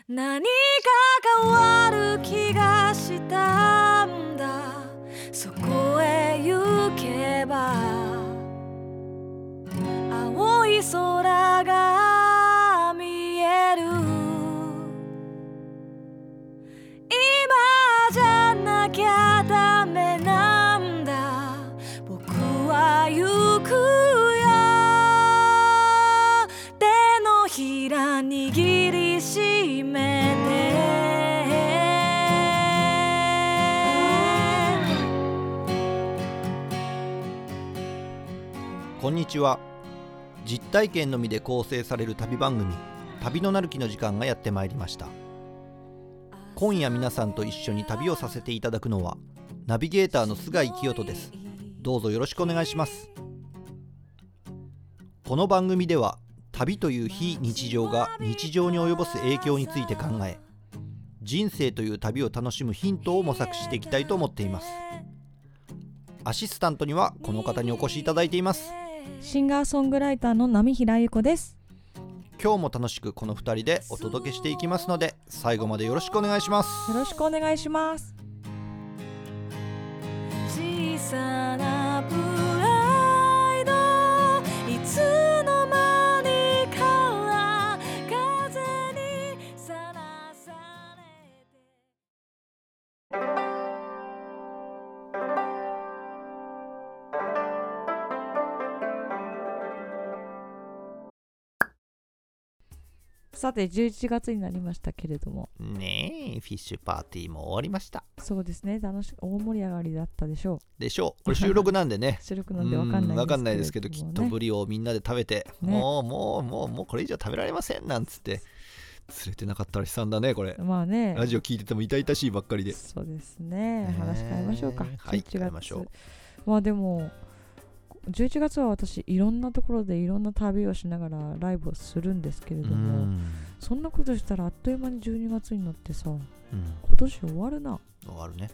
何か変わる気がしたんだ。そこへ行けば青い空が見える。今じゃなきゃダメなんだ。僕は行くよ。手のひら握りしめて。こんにちは。実体験のみで構成される旅番組、旅のなる木の時間がやってまいりました。今夜皆さんと一緒に旅をさせていただくのはナビゲーターの菅井清人です。どうぞよろしくお願いします。この番組では旅という非日常が日常に及ぼす影響について考え、人生という旅を楽しむヒントを模索していきたいと思っています。アシスタントにはこの方にお越しいただいています。 シンガーソングライターの波平由子です。 今日も楽しくこの2人でお届けしていきますので、最後までよろしくお願いします。 よろしくお願いします。 小さなプライド、いつの間にか風にさらされて。 さて11月になりましたけれどもねえ、フィッシュパーティーも終わりました。 そうですね、大盛り上がりだったでしょう。これ収録なんでね収録なんで分かんないですけど、 きっとブリをみんなで食べて、ね、もうこれ以上食べられませんなんつって釣れてなかったら悲惨だね。これまあね、 ラジオ聞いてても痛々しいばっかりで。 そうですね、話変えましょうか。 はい変えましょう。 まあでも11月は私いろんなところでいろんな旅をしながらライブをするんですけれども、そんなことしたらあっという間に12月になってさ、今年終わるな。 終わるね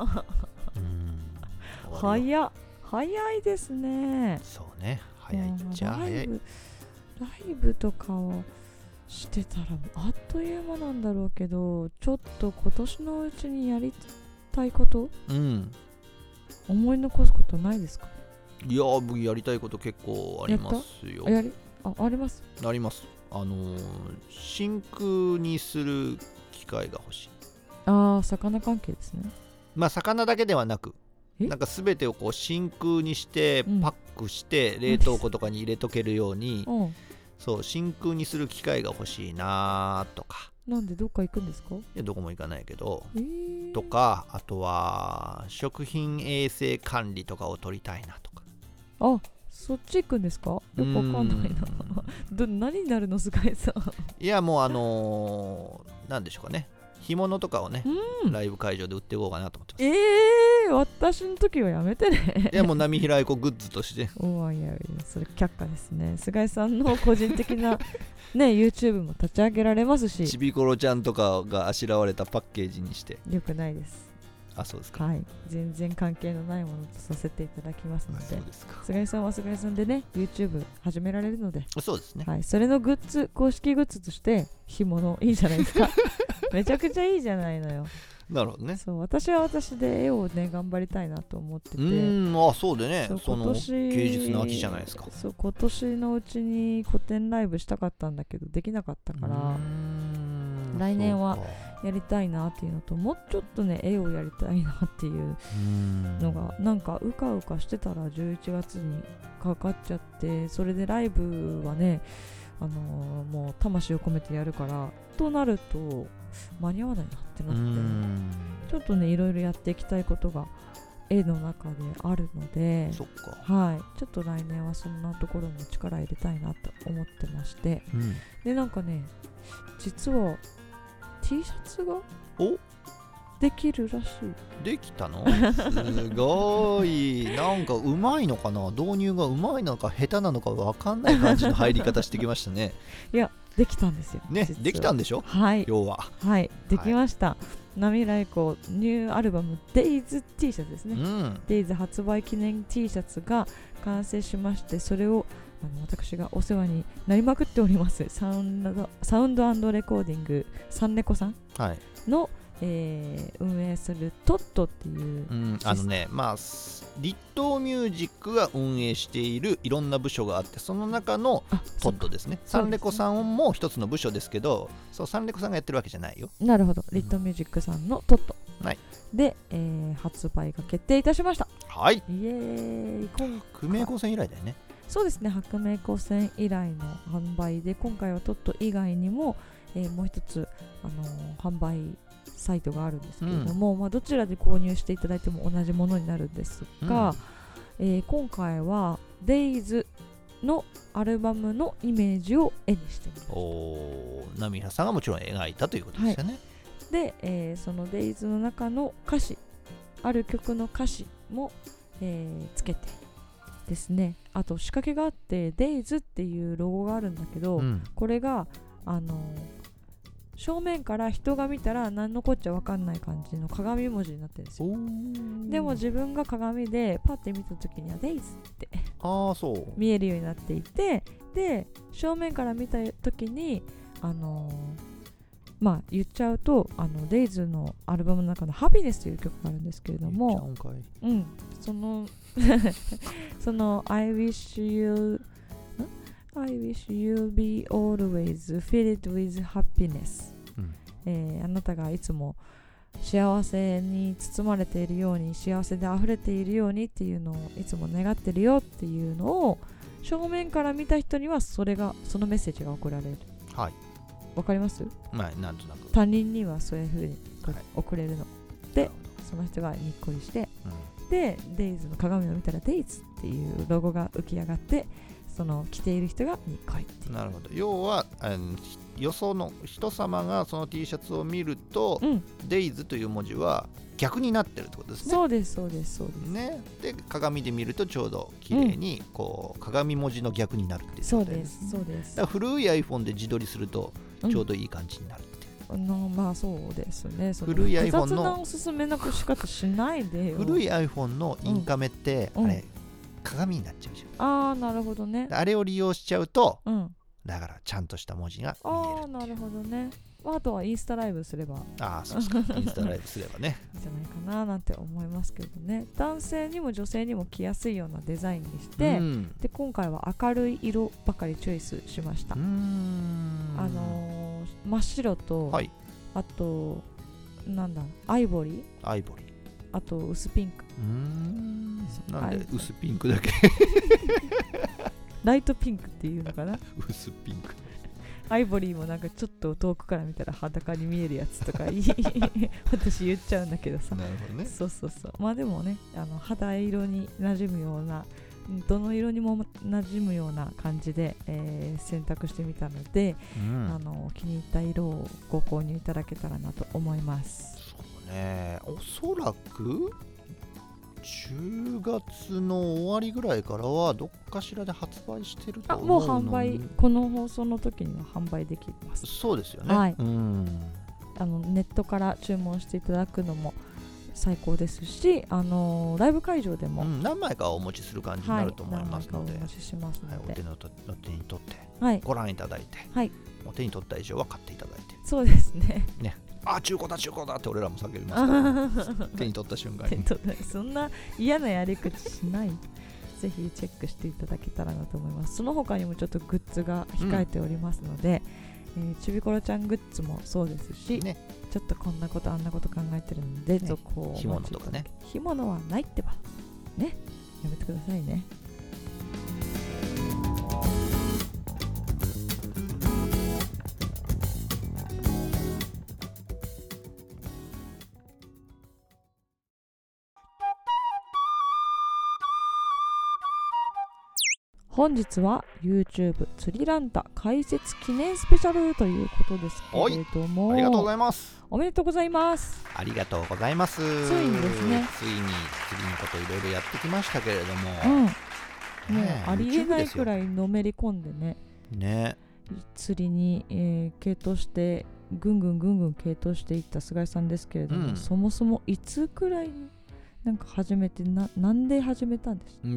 早いですね。 そうね、早いっちゃ早い。 ライブとかをしてたらあっという間なんだろうけど、ちょっと今年のうちにやりたいこと、思い残すことないですか？ いや僕やりたいこと結構ありますよ。 あります。 あります。真空にする機械が欲しい。 魚関係ですね。 まあ魚だけではなく、なんか全てをこう真空にしてパックして冷凍庫とかに入れとけるように、そう真空にする機械が欲しいなとか。 なんでどっか行くんですか？ いやどこも行かないけど、とか、あとは食品衛生管理とかを取りたいなとか。 そっち行くんですか？よくわかんないな何になるの菅井さん。いやもうなんでしょうかね、干物とかをね、ライブ会場で売っていこうかなと思ってます。 私の時はやめてね。 いやもう波平子グッズとして。 いやそれ却下ですね。菅井さんの個人的なねYouTube も立ち上げられますし、 ちびころちゃんとかがあしらわれたパッケージにして。 よくないです。 そうですか。 はい、全然関係のないものとさせていただきますので、 そうですか。 菅井さんは菅井さんでね YouTube 始められるので。 そうですね。 はい、それのグッズ、公式グッズとして干物いいじゃないですか。めちゃくちゃいいじゃないのよ。 なるほどね。 そう私は私で絵をね頑張りたいなと思ってて。 そうでね、その芸術の秋じゃないですか。 そう今年のうちに個展ライブしたかったんだけどできなかったから、来年はやりたいなっていうのと、もうちょっとね絵をやりたいなっていうのがなんかうかうかしてたら11月にかかっちゃって、それでライブはねもう魂を込めてやるからとなると間に合わないなってなって、ちょっとねいろいろやっていきたいことが絵の中であるので、 そっか、 はい、ちょっと来年はそんなところも力入れたいなと思ってまして、でなんかね実は T シャツができるらしい。 できたの？すごい。なんかうまいのかな、導入がうまいのか下手なのか分かんない感じの入り方してきましたね。 いやできたんですよね。できたんでしょ。 はい、 要ははいできました。波平子ニューアルバム Days T シャツですね、Days 発売記念 T シャツが完成しまして、それを私がお世話になりまくっておりますサウンドレコーディングサンレコさんの、運営するトットっていう、 リットーミュージックが運営しているいろんな部署があって、その中のトットですね。サンレコさんも一つの部署ですけど、そうサンレコさんがやってるわけじゃないよ。 なるほど。リットーミュージックさんのトット、で、発売が決定いたしました。 はい。 イエーイ。 白明高専以来だよね。 そうですね。白明高専以来の販売で、今回はトット以外にも、もう一つ、販売サイトがあるんですけれども、どちらで購入していただいても同じものになるんですが、今回は Days のアルバムのイメージを絵にしてみました。 ナミハさんがもちろん描いたということですよね。 で、その Days の中の歌詞、ある曲の歌詞も、つけてですね、あと仕掛けがあって Days っていうロゴがあるんだけど、これが正面から人が見たら何のこっちゃ分かんない感じの鏡文字になってるんですよ。でも自分が鏡でパッて見た時には Days って見えるようになっていて、で正面から見た時に言っちゃうとDays のアルバムの中のハピネスという曲があるんですけれども、そのI wish you'll be always filled with happiness、あなたがいつも幸せに包まれているように、幸せで溢れているようにっていうのをいつも願ってるよっていうのを正面から見た人にはそのメッセージが送られる。 はい。 わかります？ なんとなく。 他人にはそういう風に送れるの。で、その人がにっこりして、で、Days の鏡を見たら Days っていうロゴが浮き上がって、その着ている人がにっこりっていう。 なるほど。要はよその人様がその T シャツを見ると、Days という文字は逆になってるってことですね。 そうですね。 で鏡で見るとちょうど綺麗にこう鏡文字の逆になるっていう、 そうです。だから古い iPhone で自撮りするとちょうどいい感じになるっていう。 そうですね。 古い iPhone の雑なおすすめな仕方しないでよ。 古い iPhone のインカメって、あれ鏡になっちゃうじゃん。なるほどね。 あれを利用しちゃうと、だからちゃんとした文字が見える。 なるほどね。あとはインスタライブすれば、 そうですか。インスタライブすればねいいんじゃないかななんて思いますけどね。男性にも女性にも着やすいようなデザインにして、で今回は明るい色ばかりチョイスしました。真っ白と、あとアイボリー、あと薄ピンク。 なんで薄ピンクだけライトピンクっていうのかな薄ピンク。 アイボリーもちょっと遠くから見たら裸に見えるやつとか私言っちゃうんだけどさ。 なるほどね。 そうでもね、肌色に馴染むような、どの色にも馴染むような感じで、選択してみたので、気に入った色をご購入いただけたらなと思います。 そうね、おそらく10月の終わりぐらいからはどっかしらで発売してると思うの。 もう販売、この放送の時には販売できます。 そうですよね。 ネットから注文していただくのも最高ですし、ライブ会場でも、 何枚かお持ちする感じになると思いますので、 お持ちしますので、 お手に取ってご覧いただいて、お手に取った以上は買っていただいて。 そうですね。 中古だって俺らも叫びますから手に取った瞬間にそんな嫌なやり口しない。ぜひチェックしていただけたらなと思います。その他にもちょっとグッズが控えておりますので、ちびころちゃんグッズもそうですし、ちょっとこんなことあんなこと考えてるので、続報を干物とかね。 干物はないってばね、やめてくださいね。本日は YouTube 釣りランタ解説記念スペシャルということですけれども、 ありがとうございます。 おめでとうございます。 ありがとうございます。 ついにですね、 ついに釣りのこといろいろやってきましたけれども、 もうありえないくらいのめり込んでね、釣りに、傾倒してぐんぐん傾倒していった菅井さんですけれども、そもそもいつくらいなんか初めてなんで始めたんですか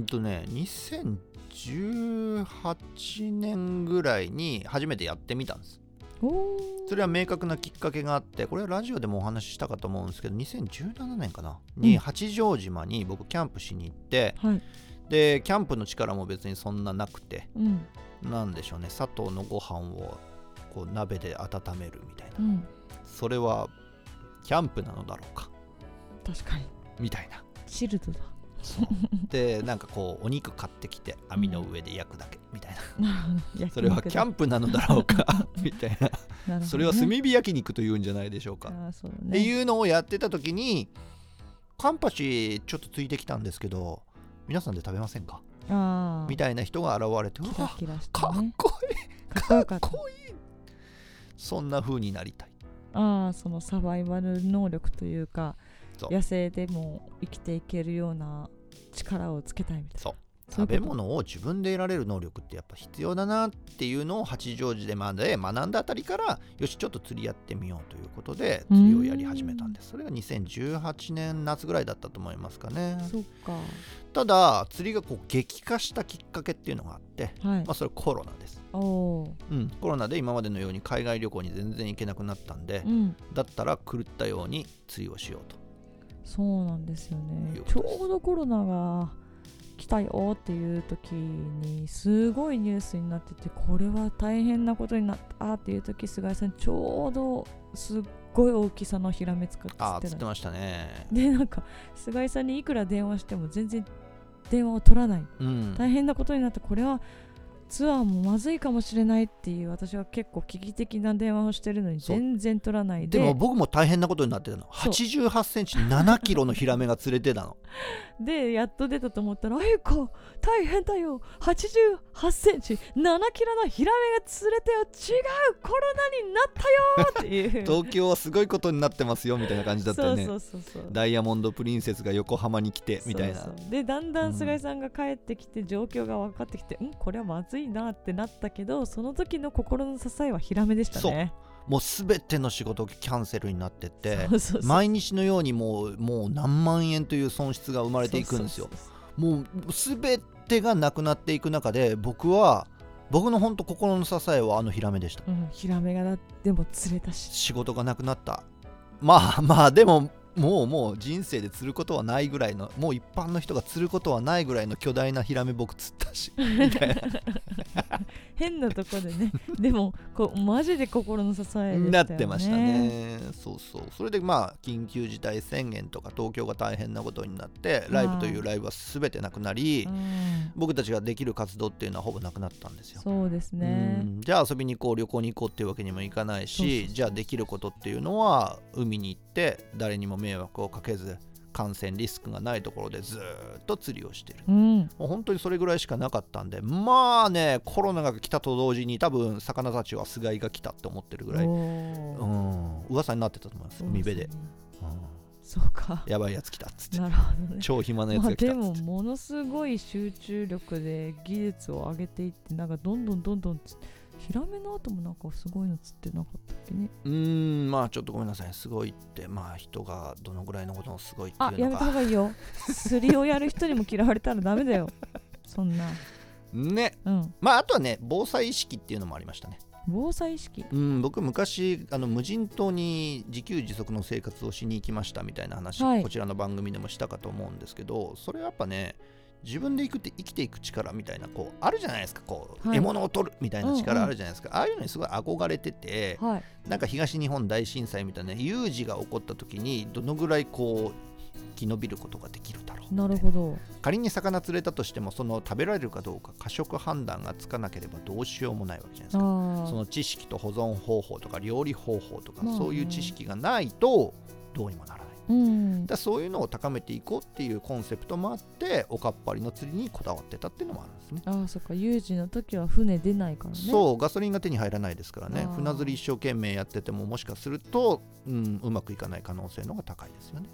？2018年ぐらいに初めてやってみたんです。それは明確なきっかけがあって、これはラジオでもお話ししたかと思うんですけど、2017年かなに八丈島に僕キャンプしに行って、はい、でキャンプの力も別にそんななくて、なんでしょうね、砂糖のご飯をこう鍋で温めるみたいな、それはキャンプなのだろうか、 確かにみたいな、 チルドだ。 でなんかこうお肉買ってきて網の上で焼くだけみたいな、それはキャンプなのだろうかみたいな、それは炭火焼肉というんじゃないでしょうか、っていうのをやってた時に、カンパチちょっとついてきたんですけど皆さんで食べませんかみたいな人が現れて、 キラキラしてね、 かっこいいかっこいい、そんな風になりたい。 そのサバイバル能力というか、野生でも生きていけるような力をつけたいみたいな。 そう、食べ物を自分で得られる能力ってやっぱ必要だなっていうのを八丈島で学んだあたりから、よしちょっと釣りやってみようということで釣りをやり始めたんです。それが2018年夏ぐらいだったと思いますかね。 そっか。 ただ釣りがこう激化したきっかけっていうのがあって、 はい、 それコロナです。コロナで今までのように海外旅行に全然行けなくなったんで、だったら狂ったように釣りをしようと。 そうなんですよね。ちょうどコロナが来たよっていう時にすごいニュースになってて、これは大変なことになったっていう時、菅井さんちょうどすっごい大きさのヒラメ使って釣ってましたね。 でなんか菅井さんにいくら電話しても全然電話を取らない、大変なことになって、これはツアーもまずいかもしれないっていう、私は結構危機的な電話をしてるのに全然取らないで、 でも僕も大変なことになってたの。88センチ7キロのヒラメが釣れてたのでやっと出たと思ったら、あゆこ大変だよ、88センチ7キロのヒラメが釣れてよ、違う、コロナになったよっていう東京はすごいことになってますよみたいな感じだったよね。そうダイヤモンドプリンセスが横浜に来てみたいな。 でだんだん菅井さんが帰ってきて状況が分かってきて、これはまずいなってなったけど、その時の心の支えはヒラメでしたね。 もうすべての仕事キャンセルになってて、毎日のようにもう何万円という損失が生まれていくんですよ。もうすべてがなくなっていく中で、僕の本当心の支えはヒラメでした。 ヒラメがでも釣れたし、 仕事がなくなった。まあでももう人生で釣ることはないぐらいの、もう一般の人が釣ることはないぐらいの巨大なヒラメ僕釣ったしみたいな変なとこでねでもマジで心の支えでしたよね。 なってましたね。それで緊急事態宣言とか東京が大変なことになって、ライブというライブは全てなくなり、僕たちができる活動っていうのはほぼなくなったんですよ。 そうですね。 じゃあ遊びに行こう、旅行に行こうっていうわけにもいかないし、じゃあできることっていうのは海に行って誰にも迷惑をかけず、感染リスクがないところでずっと釣りをしてる、もう本当にそれぐらいしかなかったんで、コロナが来たと同時に多分魚たちは菅井が来たって思ってるぐらい、噂になってたと思います。海辺で、 そうか、 やばいやつ来たっつって。 なるほどね。 超暇なやつが来たっつって。 でもものすごい集中力で技術を上げていって、なんかどんどんヒラメの後もなんかすごいの釣ってなかったっけね。 ちょっとごめんなさい、すごいって人がどのぐらいのことをすごいっていうのか、 やめた方がいいよ釣りをやる人にも嫌われたらダメだよそんなね。あとはね、防災意識っていうのもありましたね。 防災意識。 僕昔無人島に自給自足の生活をしに行きましたみたいな話、こちらの番組でもしたかと思うんですけど、それはやっぱね、自分で生きていく力みたいなあるじゃないですか。獲物を取るみたいな力あるじゃないですか。ああいうのにすごい憧れてて、なんか東日本大震災みたいな有事が起こった時にどのぐらい生き延びることができるだろう。 なるほど。 仮に魚釣れたとしても、その食べられるかどうか過食判断がつかなければどうしようもないわけじゃないですか。その知識と保存方法とか料理方法とか、そういう知識がないとどうにもならない。そういうのを高めていこうっていうコンセプトもあって、おかっぱりの釣りにこだわってたっていうのもあるんですね。 そっか、有事の時は船出ないからね。 そう、ガソリンが手に入らないですからね。船釣り一生懸命やってても、もしかするとうまくいかない可能性の方が高いですよね。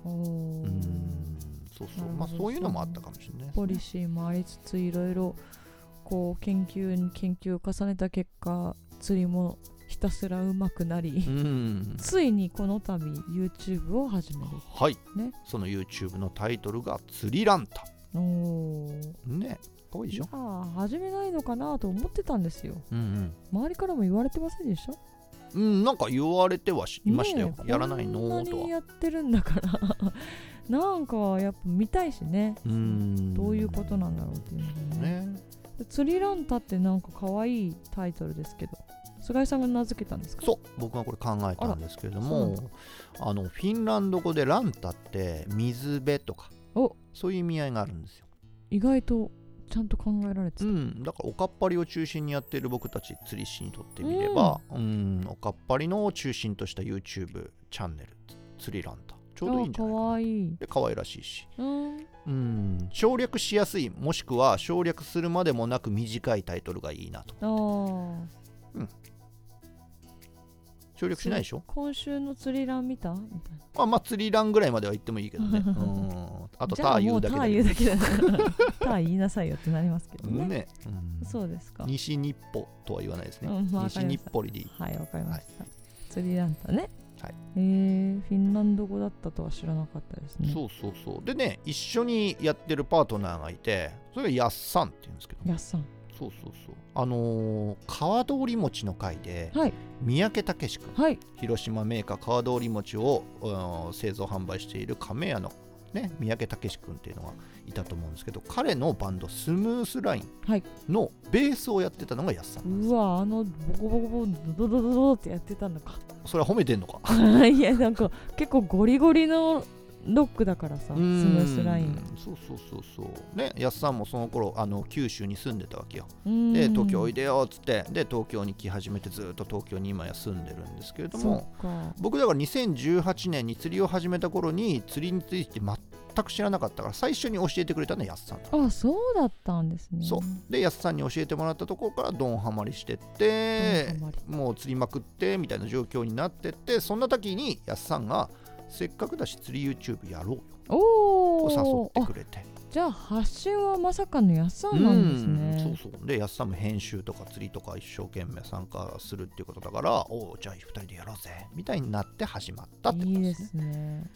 そういうのもあったかもしれないですね。 ポリシーもありつつ、いろいろ研究を重ねた結果、釣りもひたすら上手くなり、ついにこの度 YouTube を始める。 はい、ね、その YouTube のタイトルが釣りランタ。ね、かわいいでしょ。 始めないのかなと思ってたんですよ。周りからも言われてませんでした？ なんか言われてはいましたよ、やらないのとは。 こんなにやってるんだからなんかやっぱ見たいしね、どういうことなんだろうっていうのね。釣りランタってなんか可愛いタイトルですけど、菅井さんが名付けたんですか？そう、 僕がこれ考えたんですけれども、フィンランド語でランタって水辺とかそういう意味合いがあるんですよ。 意外とちゃんと考えられてた。 だからおかっぱりを中心にやっている僕たち釣り師にとってみれば、おかっぱりの中心とした YouTube チャンネル釣りランタ、ちょうどいいんじゃないかな。かわいい。で、かわいらしいし、省略しやすい、もしくは省略するまでもなく短いタイトルがいいなと。省略しないでしょ。 今週の釣りラン見たみたいな。 まあ釣りランぐらいまでは言ってもいいけどね。あとター言うだけだター言いなさいよってなりますけどね。そうですか。 西日暮とは言わないですね。西日暮里でいい。 はい、わかりました。釣りランタね。フィンランド語だったとは知らなかったですね。 そうでね、一緒にやってるパートナーがいて、それがやっさんって言うんですけど。 やっさん。 川通り餅の会で、三宅武志君、広島メーカー川通り餅を製造販売している亀屋の、ね、三宅武志君っていうのがいたと思うんですけど、彼のバンドスムースラインのベースをやってたのがやっさんです。 うわ、ボコボコボコドドドドってやってたのか。 それは褒めてんのかいや、なんか結構ゴリゴリのロックだからさ、スムースライン。 そうね、やっさんもその頃九州に住んでたわけよ。で、東京おいでよっつって、で東京に来始めて、ずっと東京に今や住んでるんですけれども、僕だから2018年に釣りを始めた頃に釣りについて全く知らなかったから、最初に教えてくれたのはやっさん。 そうだったんですね。 で、やっさんに教えてもらったところからドンハマりしてって、もう釣りまくってみたいな状況になってって、そんな時にやっさんがせっかくだし釣り YouTube やろうよと誘ってくれて。 じゃあ発信はまさかのやっさんなんですね。 で、やっさんも編集とか釣りとか一生懸命参加するっていうことだから、じゃあ2人でやろうぜみたいになって始まったってことですね。 いいですね。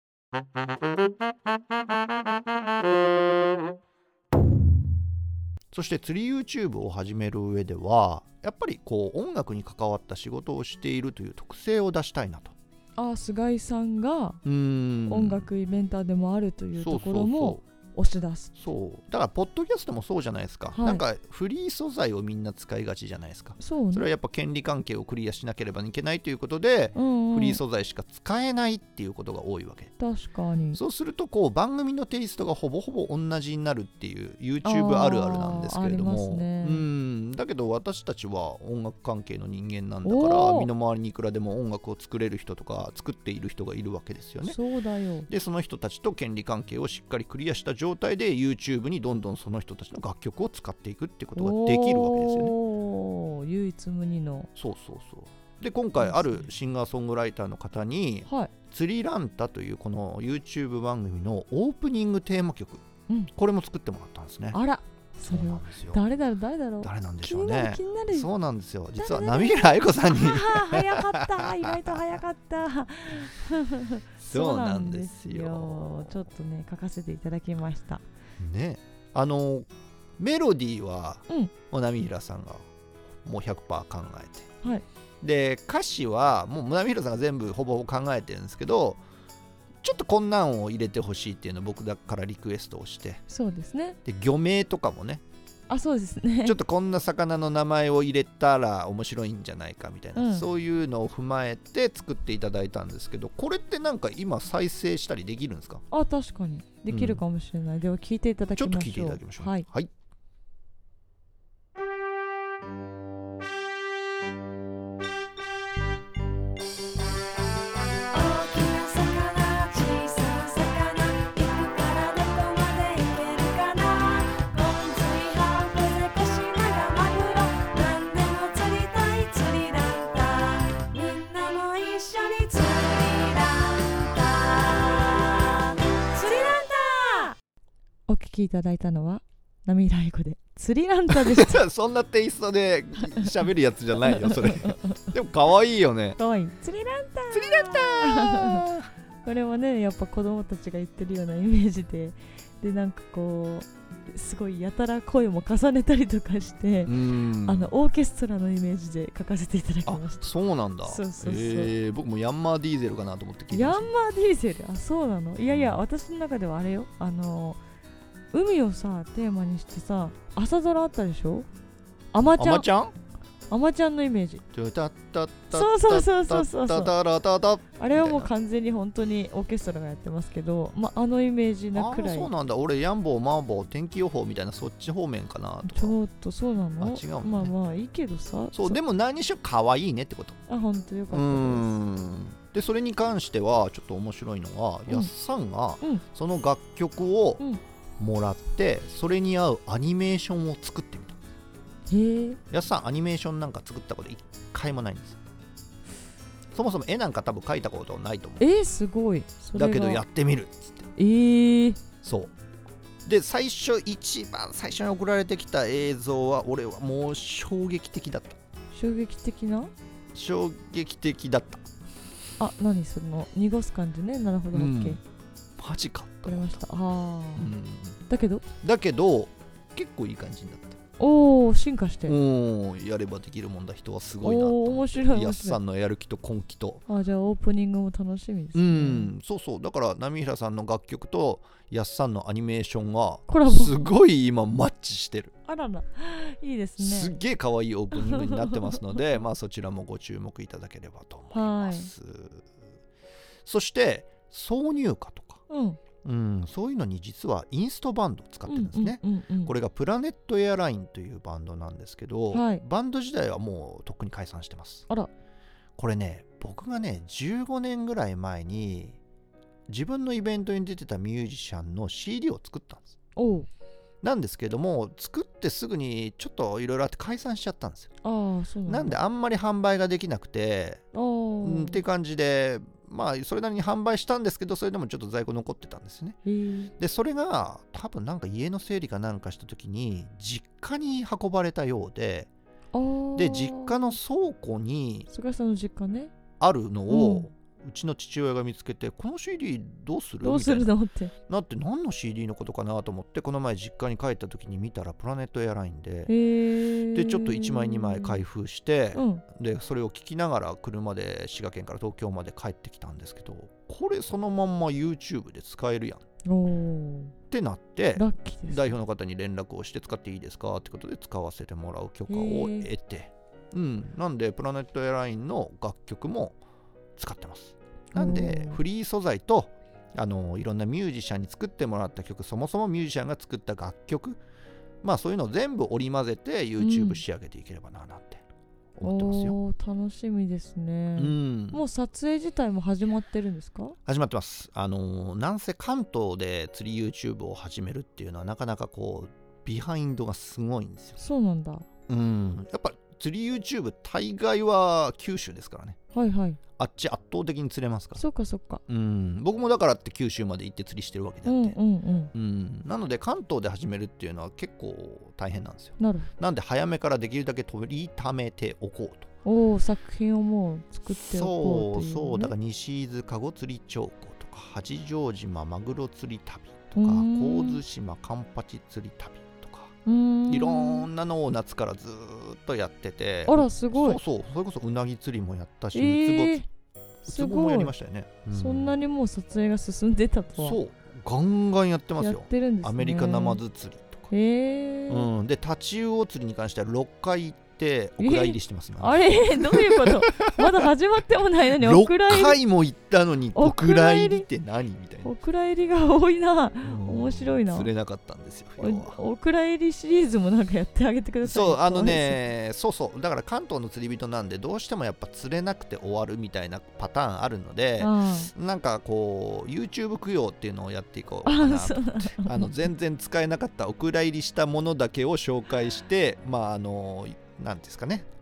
そして釣り YouTube を始める上では、やっぱりこう音楽に関わった仕事をしているという特性を出したいなと。 菅井さんが音楽イベンターでもあるというところも押し出す。 だからポッドキャストもそうじゃないですか、なんかフリー素材をみんな使いがちじゃないですか。それはやっぱ権利関係をクリアしなければいけないということで、フリー素材しか使えないっていうことが多いわけ。 確かに。 そうするとこう番組のテイストがほぼほぼ同じになるっていう YouTube あるあるなんですけれども、だけど私たちは音楽関係の人間なんだから、身の回りにいくらでも音楽を作れる人とか作っている人がいるわけですよね。 そうだよ。 で、その人たちと権利関係をしっかりクリアした状態で YouTube にどんどんその人たちの楽曲を使っていくってことができるわけですよね。 唯一無二の。 で、今回あるシンガーソングライターの方に、釣りランタというこの YouTube 番組のオープニングテーマ曲、これも作ってもらったんですね。 あら、それは誰だろう誰なんでしょうね。 気になる。 そうなんですよ、実は波平愛子さんに早かった、意外と早かったそうなんですよ。 ちょっとね、書かせていただきましたね。メロディーは波平さんがもう 100% 考えて、で歌詞はもう波平さんが全部ほぼほぼ考えてるんですけど、ちょっとこんなんを入れてほしいっていうのを僕だからリクエストをして、 そうですね。 で、魚名とかもね、 そうですね、 ちょっとこんな魚の名前を入れたら面白いんじゃないかみたいな、そういうのを踏まえて作っていただいたんですけど、これってなんか今再生したりできるんですか？ 確かにできるかもしれない。では聞いていただきましょう。 ちょっと聞いていただきましょう。はい。 お聞きいただいたのは波平英子で釣りランタでしたそんなテイストで喋るやつじゃないよそれでも可愛いよね。 かわいい。釣りランタ釣りランタこれはねやっぱ子供たちが言ってるようなイメージでなんかこうすごいやたら声も重ねたりとかして、オーケストラのイメージで書かせていただきました。 そうなんだ。 そうそうそう、 僕もヤンマーディーゼルかなと思って聞いてました。 ヤンマーディーゼル、あ、そうなの。いやいや、私の中ではあれよ、海をさテーマにしてさ朝ドラあったでしょ。アマちゃんアマちゃんのイメージ。そうあれはもう完全に本当にオーケストラがやってますけど、あのイメージなくらい。 そうなんだ。俺ヤンボーマーボー天気予報みたいなそっち方面かなとか。 ちょっとそうなの。 違うもんね。 まあいいけどさ。 そうでも何しろ可愛いねってこと。 本当よかったです。 でそれに関してはちょっと面白いのが、やっさんがその楽曲をもらってそれに合うアニメーションを作ってみた。やっさんアニメーションなんか作ったこと一回もないんですよ。そもそも絵なんか多分描いたことないと思う。 すごい。 だけどやってみるっつって。そうで一番最初に送られてきた映像は俺はもう衝撃的だった。 衝撃的だった。何その濁す感じね。なるほど、OK。 マジかわかりました。だけど結構いい感じになった。 進化してやればできるもんだ。人はすごいなと。 面白い。 やっさんのやる気と根気と。 じゃあオープニングも楽しみですね。 そうだから波平さんの楽曲とやっさんのアニメーションがコラボすごい今マッチしてる。 あらら、いいですね。 すっげえ可愛いオープニングになってますのでそちらもご注目いただければと思います。そして挿入歌とかそういうのに実はインストバンドを使ってるんですね。これがプラネットエアラインというバンドなんですけど、バンド自体はもうとっくに解散してます。これね、僕がね15年ぐらい前に自分のイベントに出てたミュージシャンの CD を作ったんです。なんですけども作ってすぐにちょっといろいろあって解散しちゃったんですよ。なんであんまり販売ができなくてっていう感じで、それなりに販売したんですけど、それでもちょっと在庫残ってたんですね。でそれが多分なんか家の整理かなんかした時に実家に運ばれたようで、実家の倉庫にあるのをうちの父親が見つけて、この CD どうするのってなって、何の CD のことかなと思って、この前実家に帰った時に見たらプラネットエアラインで、ちょっと1枚2枚開封して、でそれを聞きながら車で滋賀県から東京まで帰ってきたんですけど、これそのまんま YouTube で使えるやんってなって、代表の方に連絡をして使っていいですかってことで使わせてもらう許可を得て、なんでプラネットエアラインの楽曲も使ってます。なんでフリー素材といろんなミュージシャンに作ってもらった曲、そもそもミュージシャンが作った楽曲、そういうのを全部織り交ぜて YouTube 仕上げていければななんて思ってますよ。 楽しみですね。もう撮影自体も始まってるんですか？ 始まってます。なんせ関東で釣り YouTube を始めるっていうのはなかなかこうビハインドがすごいんですよ。 そうなんだ。 やっぱ釣り YouTube 大概は九州ですからね。あっち圧倒的に釣れますから。 そっか。 僕もだからって九州まで行って釣りしてるわけであって、なので関東で始めるっていうのは結構大変なんですよ。なんで早めからできるだけ取りためておこうと。 作品をもう作っておこうという、ね、 そうだから西伊豆かご釣り彫刻とか八丈島マグロ釣り旅とか神津島カンパチ釣り旅とかいろんなのを夏からずっとやってて、 すごい。 それこそうなぎ釣りもやったし、ウツボもやりましたよね。 そんなにもう撮影が進んでたとは。 そうガンガンやってますよ。 やってるんですね。 アメリカナマズ釣りとか、でタチウオ釣りに関しては6回行ってお蔵入りしてます、 あれどういうことまだ始まってもないのにお蔵入り 6回も行ったのにお蔵入りって何みたいな。 お蔵入りが多いな。面白いな。 釣れなかったんですよ。 お蔵入りシリーズもなんかやってあげてください。 そうだから関東の釣り人なんでどうしてもやっぱ釣れなくて終わるみたいなパターンあるので、なんかこう YouTube 供養っていうのをやっていこうかなと思って、全然使えなかったお蔵入りしたものだけを紹介して、なんですかね、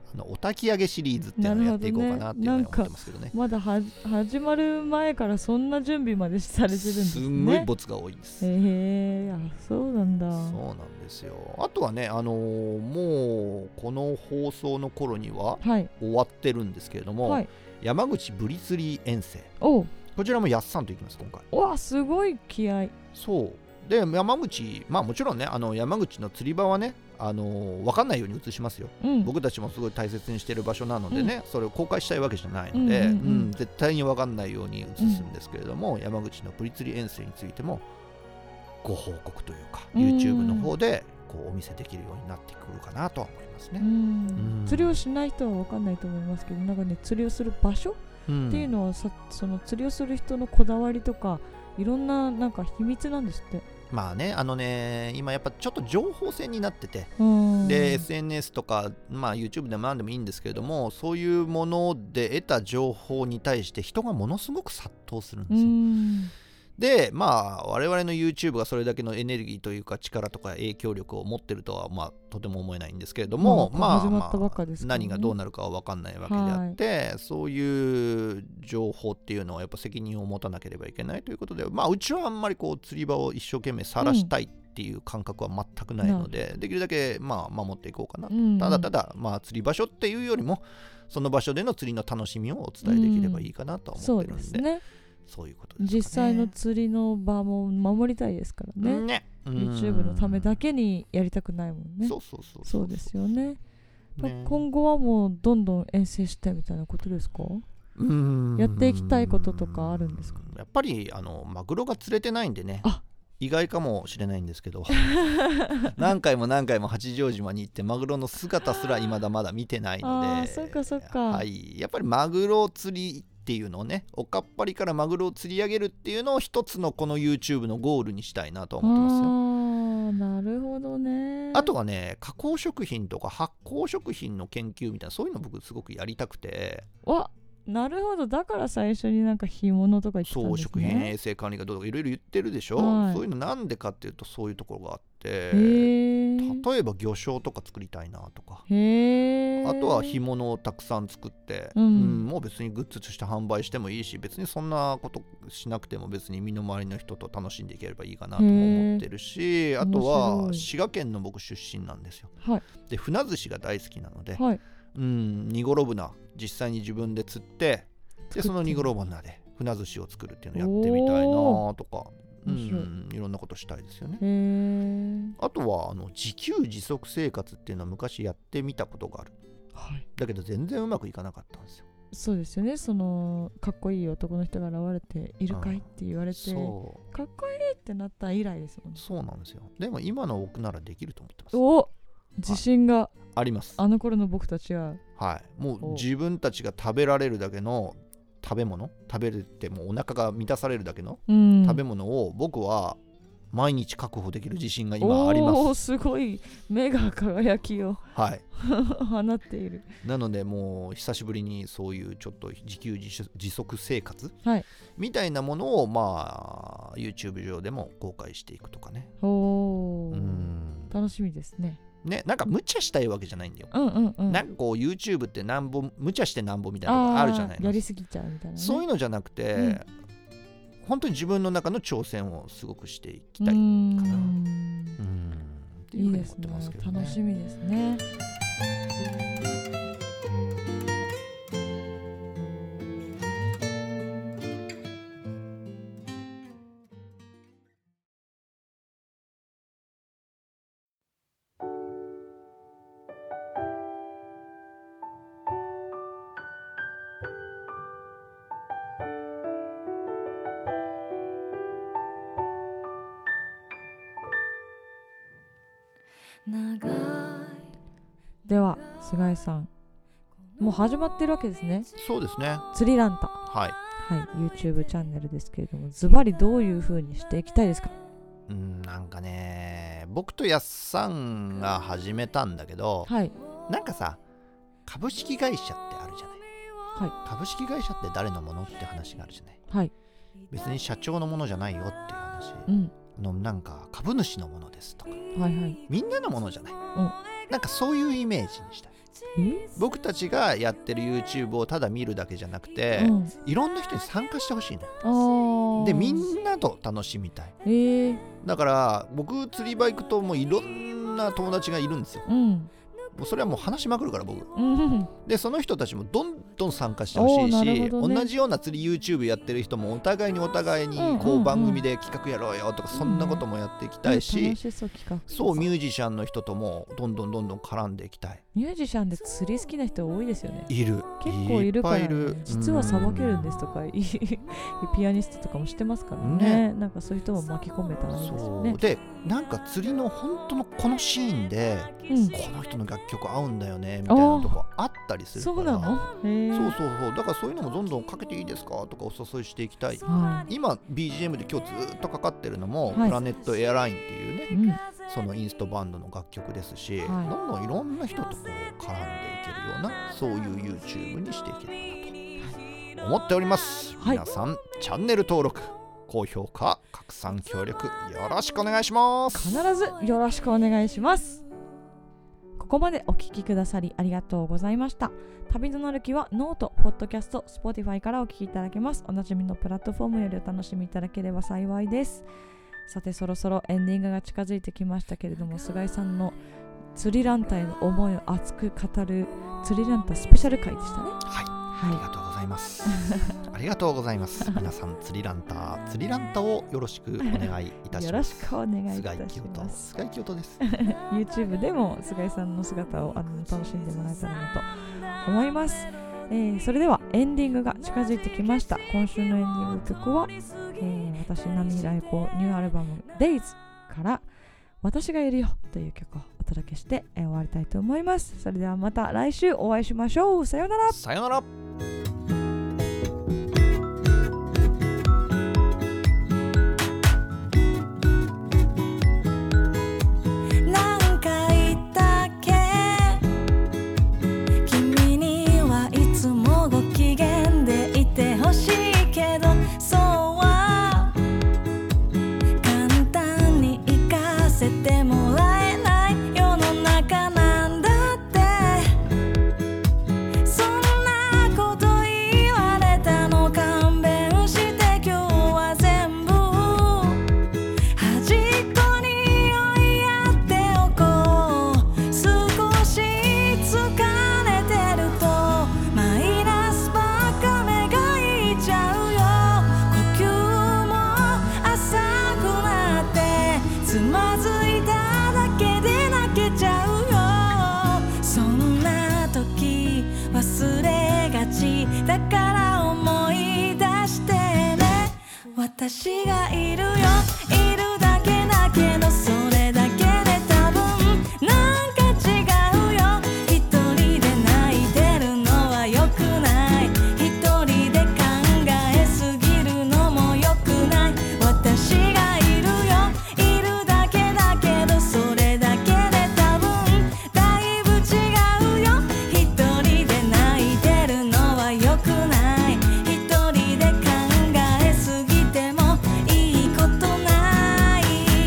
お焚き上げシリーズっていうのをやっていこうかなっていうふうに思ってますけどね。 まだ始まる前からそんな準備までされてるんですね。 すんごいボツが多いです。 そうなんだ。 そうなんですよ。あとはね、もうこの放送の頃には終わってるんですけれども、はい、山口ブリ釣り遠征、こちらもやっさんと行きます今回。 わ、すごい気合い。 そうで、山口、まあもちろんね、山口の釣り場はね、分かんないように映しますよ、僕たちもすごい大切にしてる場所なのでね、それを公開したいわけじゃないので、絶対に分かんないように映すんですけれども、山口のブリ釣り遠征についてもご報告というか、YouTube の方でこうお見せできるようになってくるかなとは思いますね。 釣りをしない人は分かんないと思いますけど、なんかね、釣りをする場所っていうのはその釣りをする人のこだわりとかいろんななんか秘密なんですって。 まあね、今やっぱちょっと情報戦になってて、で SNS とか、まあ、YouTube でも何でもいいんですけれども、そういうもので得た情報に対して人がものすごく殺到するんですよ。で、まあ我々の YouTube がそれだけのエネルギーというか力とか影響力を持ってるとは、まあとても思えないんですけれども、何がどうなるかは分かんないわけであって、そういう情報っていうのはやっぱ責任を持たなければいけないということで、まあうちはあんまりこう釣り場を一生懸命晒したいっていう感覚は全くないので、できるだけまあ守っていこうかな、ただただまあ釣り場所っていうよりもその場所での釣りの楽しみをお伝えできればいいかなと思ってるんで、そうですね、そういうことですかね。 実際の釣りの場も守りたいですからね。YouTube のためだけにやりたくないもんね。そうですよね。今後はもうどんどん遠征してみたいなことですか？やっていきたいこととかあるんですか？ やっぱりマグロが釣れてないんでね、意外かもしれないんですけど何回も八丈島に行ってマグロの姿すら未だまだ見てないので、 そうか、 はい、やっぱりマグロ釣りっていうのをね、おかっぱりからマグロを釣り上げるっていうのを一つのこの YouTube のゴールにしたいなと思ってますよ。 なるほどね。 あとはね、加工食品とか発酵食品の研究みたいな、そういうの僕すごくやりたくて。 なるほど、だから最初になんか干物とか言ってたんですね。 そう、食品衛生管理がどうとかいろいろ言ってるでしょ、そういうのなんでかっていうと、そういうところがあって、例えば魚醤とか作りたいなとか、あとは干物をたくさん作って、もう別にグッズとして販売してもいいし、別にそんなことしなくても別に身の回りの人と楽しんでいければいいかなとも思ってるし、あとは滋賀県の僕出身なんですよ、で船寿司が大好きなので、ニゴロブナ実際に自分で釣って、でそのニゴロブナで船寿司を作るっていうのをやってみたいなとか、いろんなことしたいですよね。あとは自給自足生活っていうのは昔やってみたことがある、だけど全然うまくいかなかったんですよ。 そうですよね。そのかっこいい男の人が現れているかいって言われて、かっこいいってなった以来ですもんね。 そうなんですよ。でも今の僕ならできると思ってます。 自信があります。 あの頃の僕たちは、 もう自分たちが食べられるだけの食べ物、食べれてもお腹が満たされるだけの食べ物を僕は毎日確保できる自信が今あります。 すごい目が輝きを放っている。 なのでもう久しぶりにそういうちょっと自給自足生活、みたいなものをまあ YouTube 上でも公開していくとかね。 楽しみですね。 なんか無茶したいわけじゃないんだよ。なんかこう YouTube って無茶してなんぼみたいなのがあるじゃないの。 やりすぎちゃうみたいな、 そういうのじゃなくて、本当に自分の中の挑戦をすごくしていきたいかな。っていうふうに思ってますけどね。 楽しみですね。では菅井さん、もう始まってるわけですね。 そうですね。 釣りランタ、YouTube チャンネルですけれども、ズバリどういう風にしていきたいですか？ なんかね、僕とやっさんが始めたんだけど、なんかさ、株式会社ってあるじゃない。株式会社って誰のものって話があるじゃない。別に社長のものじゃないよっていう話、なんか株主のものですとか、みんなのものじゃない、 なんかそういうイメージにしたい。僕たちがやってる YouTube をただ見るだけじゃなくて、いろんな人に参加してほしいの。でみんなと楽しみたい。だから僕釣り場行くともういろんな友達がいるんですよ。もうそれはもう話しまくるから僕、でその人たちもどんどん参加してほしいし、同じような釣り YouTube やってる人もお互いにこう番組で企画やろうよとか、そんなこともやっていきたいし、そうミュージシャンの人ともどんどん絡んでいきたい。 ミュージシャンで釣り好きな人多いですよね。 いる、 結構いるから、ね、実はさばけるんですとかピアニストとかもしてますからね。なんかそういう人も巻き込めたらいいですよね。 でなんか釣りの本当のこのシーンで、この人の楽曲合うんだよねみたいなとこあったりするから。そうなの？そうだからそういうのもどんどんかけていいですかとかお誘いしていきたい。今 BGM で今日ずっとかかってるのも、プラネットエアラインっていうね、そのインストバンドの楽曲ですし、どんどんいろんな人とこう絡んでいけるような、そういう YouTube にしていければなと思っております。皆さんチャンネル登録、高評価、拡散協力よろしくお願いします。 必ずよろしくお願いします。ここまでお聞きくださりありがとうございました。旅のなるきはノート、ポッドキャスト、Spotify からお聞きいただけます。おなじみのプラットフォームよりお楽しみいただければ幸いです。さてそろそろエンディングが近づいてきましたけれども、菅井さんの釣りランタへの思いを熱く語る釣りランタスペシャル回でしたね。 ありがとうございますありがとうございます皆さん釣りランタをよろしくお願いいたします。 よろしくお願いいたします。 菅井清人です。 YouTube でも菅井さんの姿を楽しんでもらえたらなと思います。それではエンディングが近づいてきました。今週のエンディング曲は、私波平英子ニューアルバム Days から私がいるよという曲をお届けして、終わりたいと思います。それではまた来週お会いしましょう。さようなら。 さようなら。 私がいるよ、いるだけだけどそれだけで多分なんか違うよ。一人で泣いてるのは良くない、一人で考えすぎるのも良くない。私がいるよ、いるだけだけどそれだけで多分だいぶ違うよ。一人で泣いてるのは良くない、一人で考えすぎてもいいことない。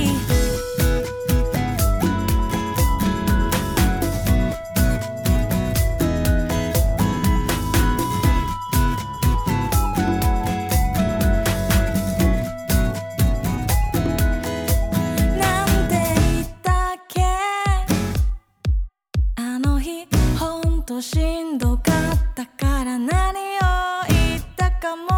なんて言ったっけ、あの日ほんとしんどかったから何を言ったかも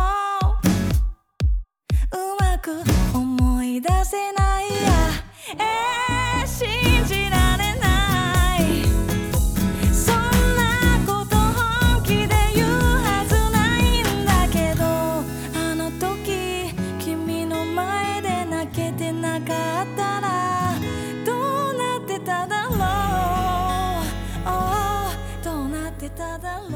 うまく思い出せないや、信じられない。そんなこと本気で言うはずないんだけど、あの時君の前で泣けてなかったらどうなってただろう、どうなってただろう。